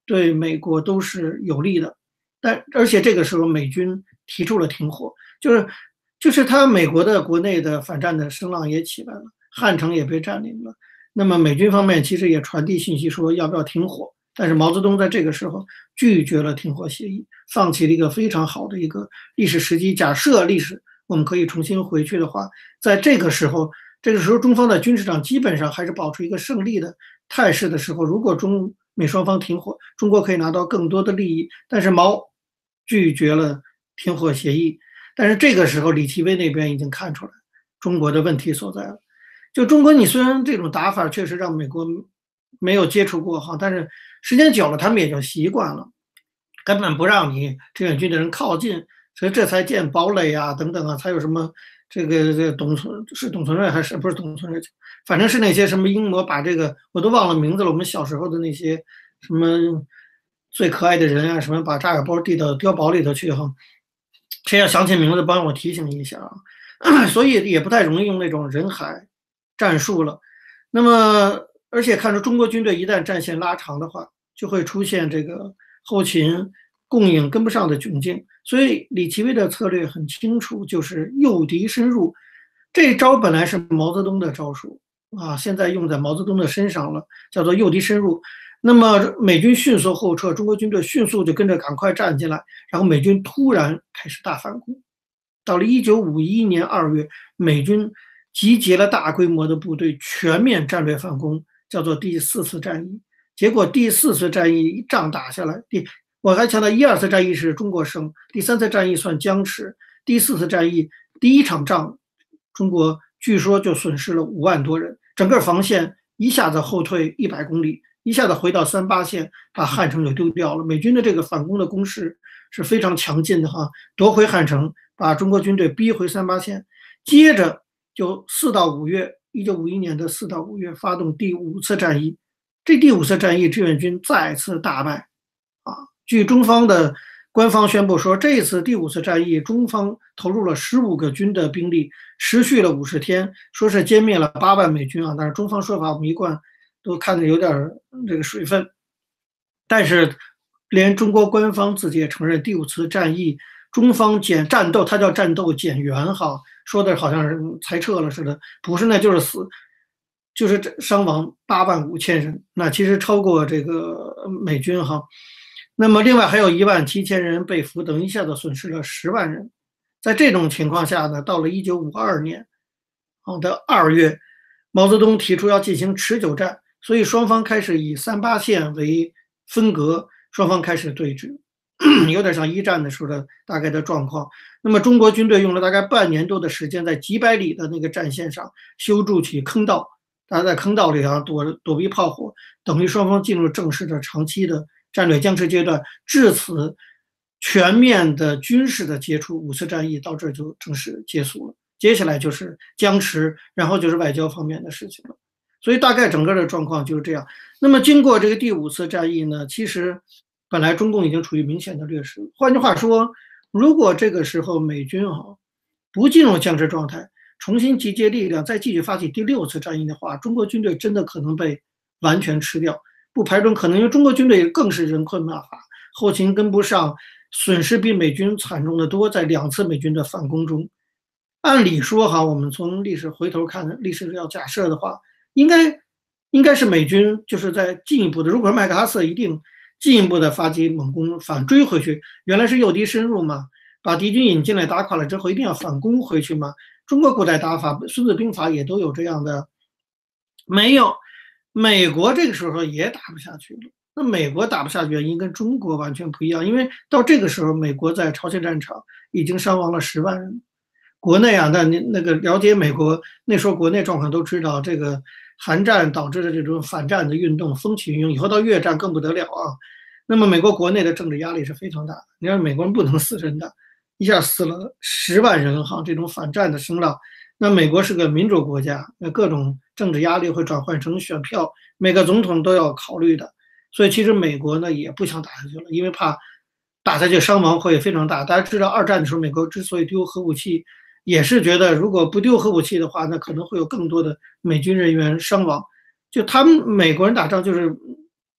对美国都是有利的。但而且这个时候美军提出了停火，就是就是他美国的国内的反战的声浪也起来了，汉城也被占领了。那么美军方面其实也传递信息说要不要停火，但是毛泽东在这个时候拒绝了停火协议，放弃了一个非常好的一个历史时机。假设历史我们可以重新回去的话，在这个时候，这个时候中方的军事上基本上还是保持一个胜利的态势的时候，如果中美双方停火，中国可以拿到更多的利益。但是毛拒绝了停火协议，但是这个时候李奇微那边已经看出来中国的问题所在了。就中国，你虽然这种打法确实让美国没有接触过哈，但是时间久了他们也就习惯了，根本不让你志愿军的人靠近，所以这才建堡垒啊等等啊，才有什么这个这个董存是董存瑞还是不是董存瑞，反正是那些什么阴谋把这个我都忘了名字了，我们小时候的那些什么最可爱的人啊，什么把炸药包递到碉堡里头去哈，谁要想起名字帮我提醒一下啊，所以也不太容易用那种人海战术了。那么而且看出中国军队一旦战线拉长的话，就会出现这个后勤供应跟不上的窘境。所以李奇微的策略很清楚，就是诱敌深入。这招本来是毛泽东的招数啊，现在用在毛泽东的身上了，叫做诱敌深入。那么美军迅速后撤，中国军队迅速就跟着赶快站进来，然后美军突然开始大反攻。到了一九五一年二月，美军集结了大规模的部队，全面战略反攻，叫做第四次战役。结果第四次战役一仗打下来，第我还强调一二次战役是中国胜，第三次战役算僵持，第四次战役第一场仗，中国据说就损失了五万多人，整个防线一下子后退一百公里。一下子回到三八线，把汉城就丢掉了。美军的这个反攻的攻势是非常强劲的哈，夺回汉城，把中国军队逼回三八线。接着就四到五月，一九五一年的四到五月发动第五次战役。这第五次战役，志愿军再次大败啊！据中方的官方宣布说，这次第五次战役，中方投入了十五个军的兵力，持续了五十天，说是歼灭了八万美军啊。但是中方说法我们一贯都看着有点这个水分，但是连中国官方自己也承认，第五次战役中方减战斗，它叫战斗减员哈，说的好像是裁撤了似的，不是，那就是死，就是伤亡八万五千人，那其实超过这个美军哈。那么另外还有一万七千人被俘，等一下子损失了十万人。在这种情况下呢，到了一九五二年的二月，毛泽东提出要进行持久战。所以双方开始以三八线为分隔，双方开始对峙，有点像一战的时候的大概的状况。那么中国军队用了大概半年多的时间，在几百里的那个战线上修筑起坑道，大家在坑道里啊躲躲避炮火，等于双方进入正式的长期的战略僵持阶段。至此，全面的军事的接触，五次战役到这就正式结束了。接下来就是僵持，然后就是外交方面的事情了。所以大概整个的状况就是这样。那么经过这个第五次战役呢，其实本来中共已经处于明显的劣势。换句话说，如果这个时候美军啊不进入僵持状态，重新集结力量，再继续发起第六次战役的话，中国军队真的可能被完全吃掉。不排除可能，因为中国军队更是人困马乏，后勤跟不上，损失比美军惨重的多。在两次美军的反攻中，按理说哈，我们从历史回头看，历史要假设的话，应该应该是美军就是在进一步的，如果麦克阿瑟一定进一步的发起猛攻反追回去，原来是诱敌深入嘛，把敌军引进来打垮了之后一定要反攻回去嘛。中国古代打法，孙子兵法也都有这样的，没有，美国这个时候也打不下去了。那美国打不下去原因跟中国完全不一样，因为到这个时候，美国在朝鲜战场已经伤亡了十万人。国内啊，那你那个了解美国那时候国内状况都知道，这个韩战导致的这种反战的运动风起云涌，以后到越战更不得了啊。那么美国国内的政治压力是非常大的，你看美国人不能死人的，一下死了十万人哈，这种反战的声浪。那美国是个民主国家，那各种政治压力会转换成选票，每个总统都要考虑的。所以其实美国呢也不想打下去了，因为怕打下去伤亡会非常大。大家知道二战的时候，美国之所以丢核武器，也是觉得如果不丢核武器的话，那可能会有更多的美军人员伤亡。就他们美国人打仗就是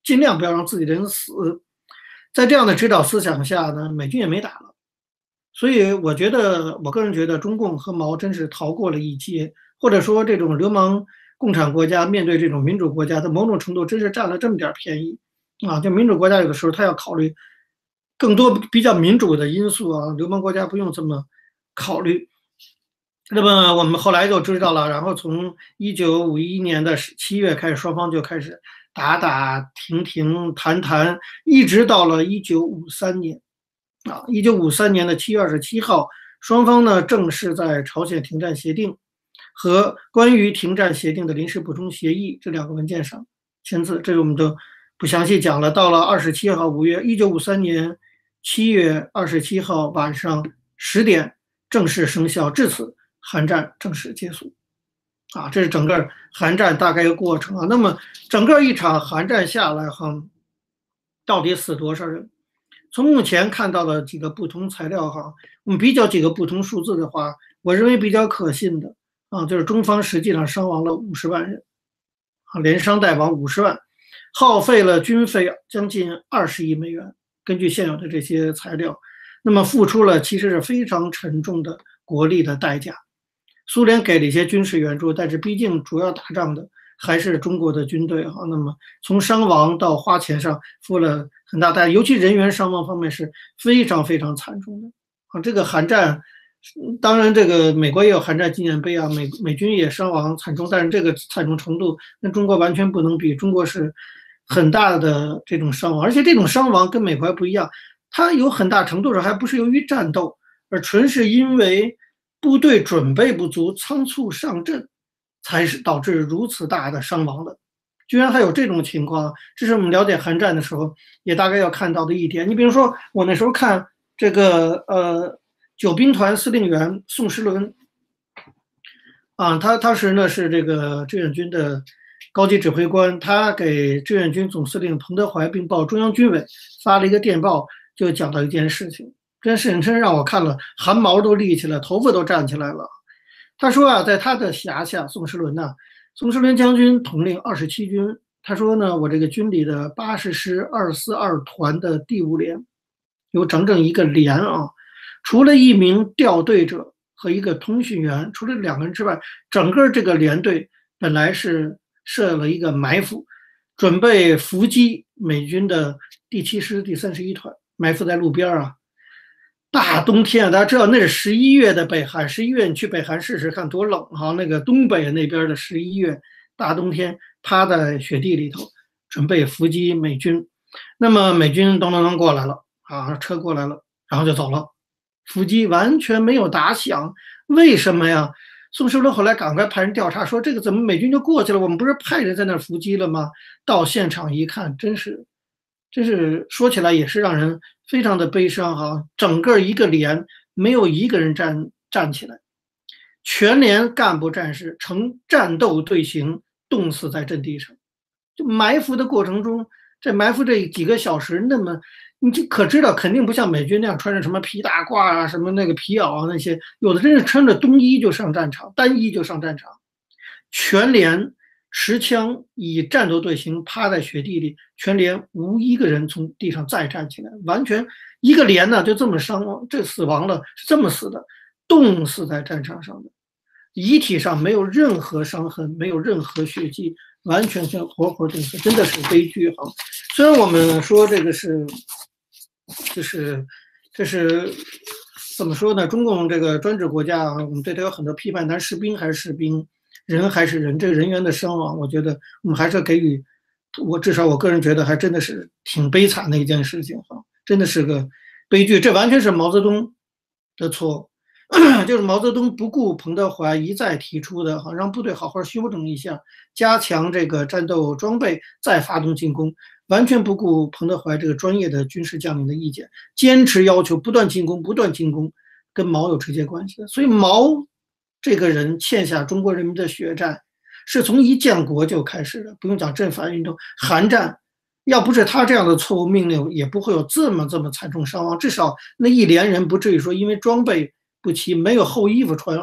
尽量不要让自己的人死。在这样的指导思想下呢，美军也没打了。所以我觉得，我个人觉得，中共和毛真是逃过了一劫，或者说这种流氓共产国家面对这种民主国家，在某种程度真是占了这么点便宜啊！就民主国家有的时候他要考虑更多比较民主的因素啊，流氓国家不用这么考虑。那么我们后来就知道了，然后从一九五一年的七月开始，双方就开始打打停停谈谈，一直到了一九五三年。啊，一九五三年的七月二十七号，双方呢正式在朝鲜停战协定和关于停战协定的临时补充协议这两个文件上签字。这个我们都不详细讲了。到了二十七号，五月一九五三年七月二十七号晚上十点正式生效，至此韩战正式结束。啊，这是整个韩战大概一个过程啊。那么整个一场韩战下来哈，到底死多少人？从目前看到的几个不同材料哈，我们比较几个不同数字的话，我认为比较可信的啊，就是中方实际上伤亡了五十万人，啊，连伤带亡五十万，耗费了军费将近二十亿美元。根据现有的这些材料，那么付出了其实是非常沉重的国力的代价。苏联给了一些军事援助，但是毕竟主要打仗的还是中国的军队哈。那么从伤亡到花钱上付了很大代价，尤其人员伤亡方面是非常非常惨重的啊。这个韩战，当然这个美国也有韩战纪念碑啊，美美军也伤亡惨重，但是这个惨重程度跟中国完全不能比，中国是很大的这种伤亡，而且这种伤亡跟美国还不一样，它有很大程度上还不是由于战斗，而纯是因为部队准备不足、仓促上阵，才是导致如此大的伤亡的。居然还有这种情况，这是我们了解韩战的时候也大概要看到的一点。你比如说，我那时候看这个呃九兵团司令员宋时轮啊，他当时呢是这个志愿军的高级指挥官，他给志愿军总司令彭德怀并报中央军委发了一个电报，就讲到一件事情。这件事情真让我看了汗毛都立起来，头发都站起来了。他说啊，在他的辖下，宋时轮呢，宋时轮将军统领二十七军。他说呢，我这个军里的八十师二四二团的第五连，有整整一个连啊，除了一名调队者和一个通讯员，除了两个人之外，整个这个连队本来是设了一个埋伏，准备伏击美军的第七师第三十一团，埋伏在路边啊。大冬天啊，大家知道那是十一月的北韩，十一月你去北韩试试看多冷哈，那个东北那边的十一月大冬天，趴在雪地里头准备伏击美军。那么美军咚咚咚过来了啊，车过来了，然后就走了，伏击完全没有打响。为什么呀？宋时轮后来赶快派人调查，说这个怎么美军就过去了？我们不是派人在那儿伏击了吗？到现场一看，真是。真是说起来也是让人非常的悲伤哈，整个一个连没有一个人站站起来，全连干部战士呈战斗队形冻死在阵地上。就埋伏的过程中，这埋伏这几个小时，那么你就可知道，肯定不像美军那样穿着什么皮大褂啊、什么那个皮袄啊那些，有的真是穿着冬衣就上战场，单衣就上战场，全连。持枪以战斗队形趴在雪地里，全连无一个人从地上再站起来，完全一个连呢就这么伤亡，这死亡了，是这么死的，冻死在战场上的，遗体上没有任何伤痕，没有任何血迹，完全像活活冻死，真的是悲剧哈。虽然我们说这个是，就是这是怎么说呢？中共这个专制国家啊，我们对它有很多批判，但士兵还是士兵。人还是人，这个人员的伤亡，我觉得我们还是给予，我至少我个人觉得还真的是挺悲惨的一件事情哈，真的是个悲剧。这完全是毛泽东的错误，就是毛泽东不顾彭德怀一再提出的哈，让部队好好休整一下，加强这个战斗装备，再发动进攻，完全不顾彭德怀这个专业的军事将领的意见，坚持要求不断进攻，不断进攻，跟毛有直接关系的。所以毛。这个人欠下中国人民的血债，是从一建国就开始的，不用讲镇反运动、韩战，要不是他这样的错误命令，也不会有这么这么惨重伤亡。至少那一连人不至于说因为装备不齐、没有厚衣服穿而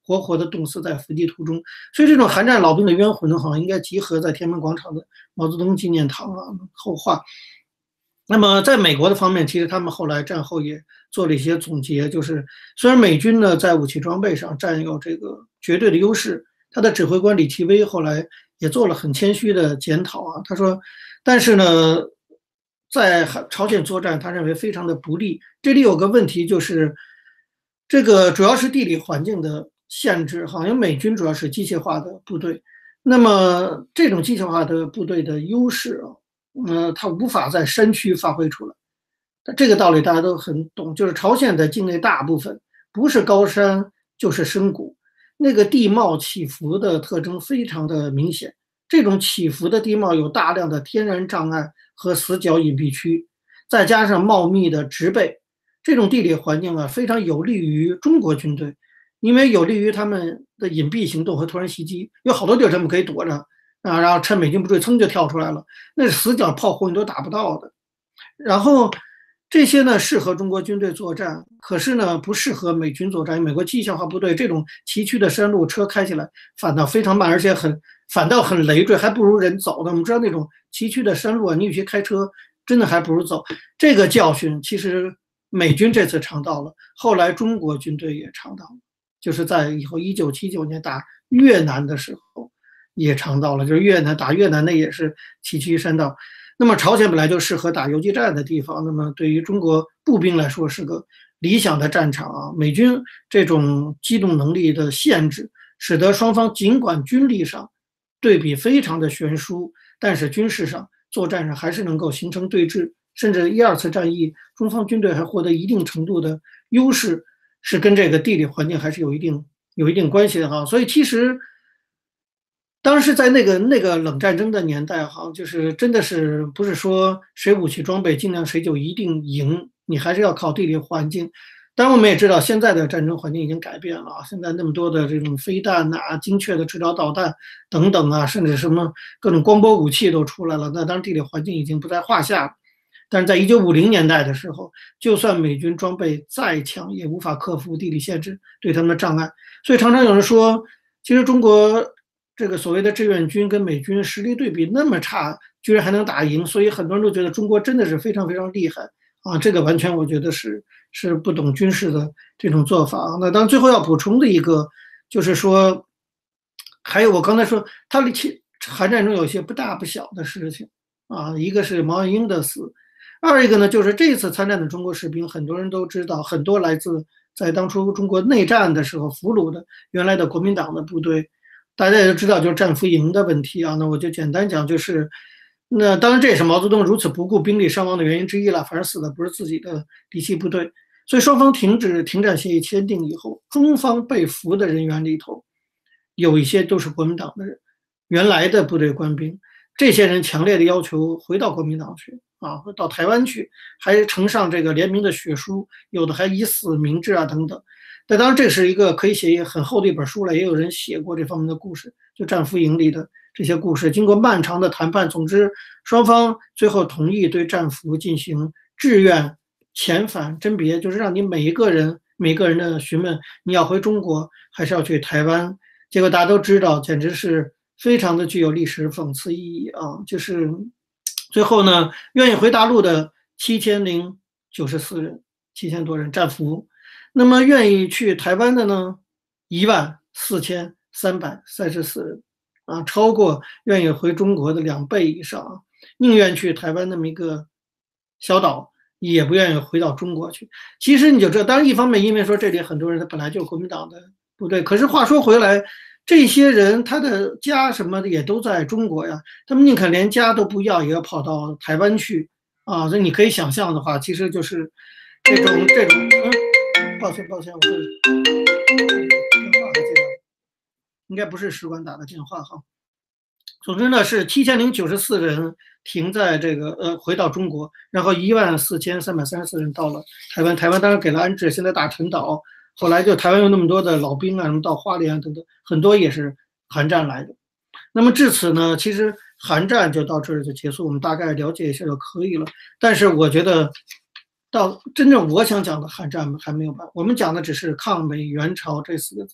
活活的冻死在伏击途中。所以这种韩战老兵的冤魂呢，好像应该集合在天安门广场的毛泽东纪念堂啊后话。那么在美国的方面，其实他们后来战后也做了一些总结，就是虽然美军呢在武器装备上占有这个绝对的优势，他的指挥官李奇微后来也做了很谦虚的检讨啊，他说，但是呢，在朝鲜作战，他认为非常的不利。这里有个问题就是，这个主要是地理环境的限制哈，因为美军主要是机械化的部队，那么这种机械化的部队的优势啊。呃，它无法在山区发挥出来。这个道理大家都很懂，就是朝鲜的境内大部分不是高山就是深谷，那个地貌起伏的特征非常的明显。这种起伏的地貌有大量的天然障碍和死角隐蔽区，再加上茂密的植被，这种地理环境啊非常有利于中国军队，因为有利于他们的隐蔽行动和突然袭击，有好多地儿他们可以躲着。啊，然后趁美军不注意，噌就跳出来了，那是死角炮火你都打不到的。然后这些呢适合中国军队作战，可是呢不适合美军作战。美国机械化部队这种崎岖的山路，车开起来反倒非常慢，而且很反倒很累赘，还不如人走的。我们知道那种崎岖的山路啊，你与其开车，真的还不如走。这个教训其实美军这次尝到了，后来中国军队也尝到了，就是在以后一九七九年打越南的时候。也尝到了，就是越南打越南那也是崎岖山道。那么朝鲜本来就适合打游击战的地方，那么对于中国步兵来说是个理想的战场啊。美军这种机动能力的限制，使得双方尽管军力上对比非常的悬殊，但是军事上作战上还是能够形成对峙，甚至一二次战役中方军队还获得一定程度的优势，是跟这个地理环境还是有一定有一定关系的哈。所以其实。当时在那个那个冷战争的年代，哈，就是真的是不是说谁武器装备尽量谁就一定赢，你还是要靠地理环境。当然，我们也知道现在的战争环境已经改变了啊，现在那么多的这种飞弹呐、精确的制导导弹等等啊，甚至什么各种光波武器都出来了。那当然，地理环境已经不在话下了。但是在一九五零年代的时候，就算美军装备再强，也无法克服地理限制对他们的障碍。所以常常有人说，其实中国。这个所谓的志愿军跟美军实力对比那么差，居然还能打赢，所以很多人都觉得中国真的是非常非常厉害啊！这个完全我觉得是是不懂军事的这种做法。那当然最后要补充的一个就是说，还有我刚才说，他的韩战中有一些不大不小的事情啊，一个是毛岸英的死，二一个呢就是这次参战的中国士兵，很多人都知道，很多来自在当初中国内战的时候俘虏的原来的国民党的部队。大家也都知道，就是战俘营的问题啊。那我就简单讲，就是那当然这也是毛泽东如此不顾兵力伤亡的原因之一了。反正死的不是自己的嫡系部队，所以双方停止停战协议签订以后，中方被俘的人员里头，有一些都是国民党的人，原来的部队官兵。这些人强烈的要求回到国民党去啊，到台湾去，还呈上这个联名的血书，有的还以死明志啊等等。但当然，这是一个可以写很厚的一本书了，也有人写过这方面的故事，就战俘营里的这些故事。经过漫长的谈判，总之双方最后同意对战俘进行志愿遣返甄别，就是让你每一个人每个人的询问，你要回中国还是要去台湾。结果大家都知道，简直是非常的具有历史讽刺意义啊！就是最后呢，愿意回大陆的七千零九十四人，七千多人战俘。那么愿意去台湾的呢，一万四千三百三十四人，啊，超过愿意回中国的两倍以上啊，宁愿去台湾那么一个小岛，也不愿意回到中国去。其实你就知道，当然一方面因为说这里很多人他本来就是国民党的部队，可是话说回来，这些人他的家什么的也都在中国呀，他们宁可连家都不要，也要跑到台湾去啊。所以你可以想象的话，其实就是这种这种嗯。抱歉，抱歉，我这电话还接到，应该不是使馆打的电话哈。总之呢，是七千零九十四人停在这个呃回到中国，然后一万四千三百三十四人到了台湾。台湾当然给了安置，现在打陈岛，后来就台湾有那么多的老兵啊，什么到花莲啊等等，很多也是韩战来的。那么至此呢，其实韩战就到这儿就结束，我们大概了解一下就可以了。但是我觉得。到真正我想讲的韩战还没有完，我们讲的只是抗美援朝这四个字。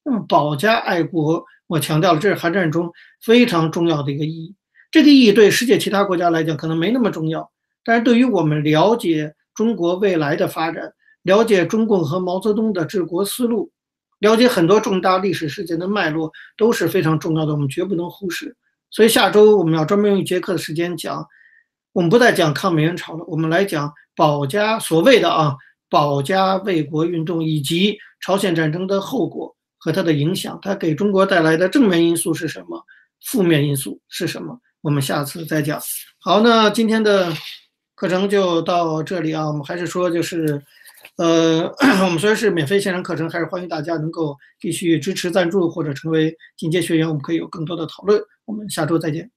那么保家爱国，我强调了，这是韩战中非常重要的一个意义。这个意义对世界其他国家来讲可能没那么重要，但是对于我们了解中国未来的发展，了解中共和毛泽东的治国思路，了解很多重大历史事件的脉络都是非常重要的，我们绝不能忽视。所以下周我们要专门用一节课的时间讲，我们不再讲抗美援朝了，我们来讲保家所谓的啊保家卫国运动以及朝鲜战争的后果和它的影响，它给中国带来的正面因素是什么，负面因素是什么，我们下次再讲。好，那今天的课程就到这里啊，我们还是说就是。呃，我们虽然是免费线上课程，还是欢迎大家能够继续支持赞助或者成为进阶学员，我们可以有更多的讨论。我们下周再见。